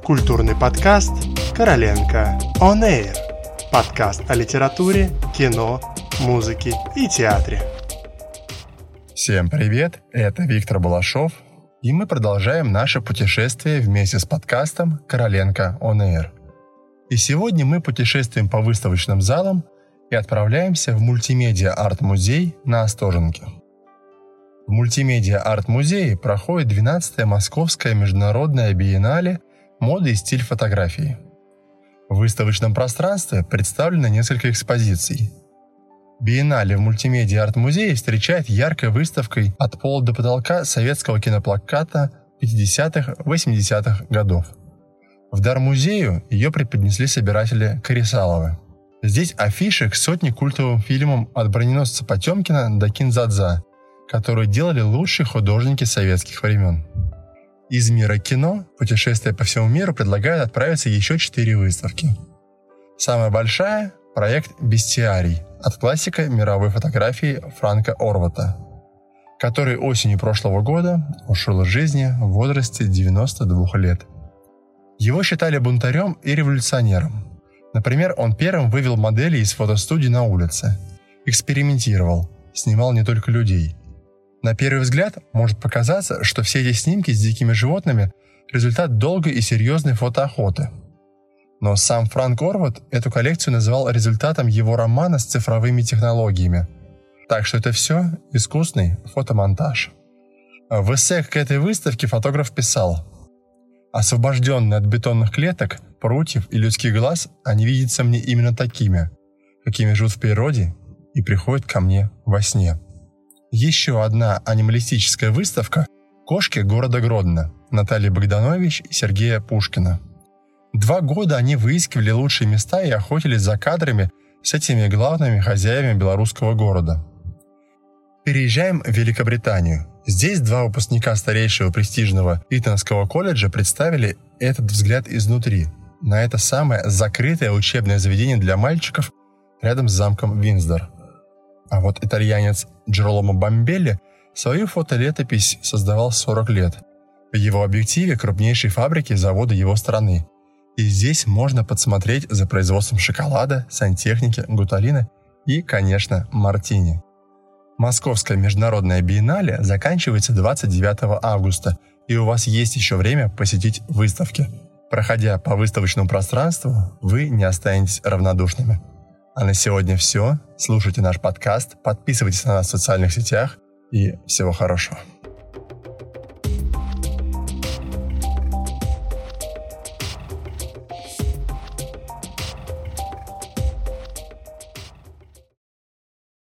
Культурный подкаст «Короленко On Air». Подкаст о литературе, кино, музыке и театре. Всем привет, это Виктор Балашов, и мы продолжаем наше путешествие вместе с подкастом «Короленко On Air». И сегодня мы путешествуем по выставочным залам и отправляемся в мультимедиа-арт-музей на Остоженке. В мультимедиа-арт-музее проходит 12-я Московская международная биеннале «Мода и стиль фотографии». В выставочном пространстве представлено несколько экспозиций. Биеннале в мультимедиа-арт-музее встречает яркой выставкой от пола до потолка советского киноплаката 50-х-80-х годов. В дар музею ее преподнесли собиратели Корисаловы. Здесь афиши к сотне культовым фильмам от броненосца Потемкина до Кин-Дза-Дза, которые делали лучшие художники советских времен. Из мира кино путешествие по всему миру предлагает отправиться еще 4 выставки. Самая большая – проект «Бестиарий» от классика мировой фотографии Франка Орвата, который осенью прошлого года ушел из жизни в возрасте 92 лет. Его считали бунтарем и революционером. Например, он первым вывел модели из фотостудии на улице, экспериментировал, снимал не только людей. На первый взгляд может показаться, что все эти снимки с дикими животными – результат долгой и серьезной фотоохоты. Но сам Франк Орват эту коллекцию называл результатом его романа с цифровыми технологиями. Так что это все искусный фотомонтаж. В эссе к этой выставке фотограф писал: «Освобожденные от бетонных клеток, прутьев и людских глаз, они видятся мне именно такими, какими живут в природе и приходят ко мне во сне». Еще одна анималистическая выставка «Кошки города Гродно» Натальи Богданович и Сергея Пушкина. 2 года они выискивали лучшие места и охотились за кадрами с этими главными хозяевами белорусского города. Переезжаем в Великобританию. Здесь 2 выпускника старейшего престижного Итонского колледжа представили этот взгляд изнутри на это самое закрытое учебное заведение для мальчиков рядом с замком Виндзор. А вот итальянец Джероломо Бомбелли свою фотолетопись создавал 40 лет. В его объективе крупнейшие фабрики и заводы его страны. И здесь можно подсмотреть за производством шоколада, сантехники, гуталина и, конечно, мартини. Московская международная биеннале заканчивается 29 августа, и у вас есть еще время посетить выставки. Проходя по выставочному пространству, вы не останетесь равнодушными. А на сегодня все. Слушайте наш подкаст, подписывайтесь на нас в социальных сетях и всего хорошего.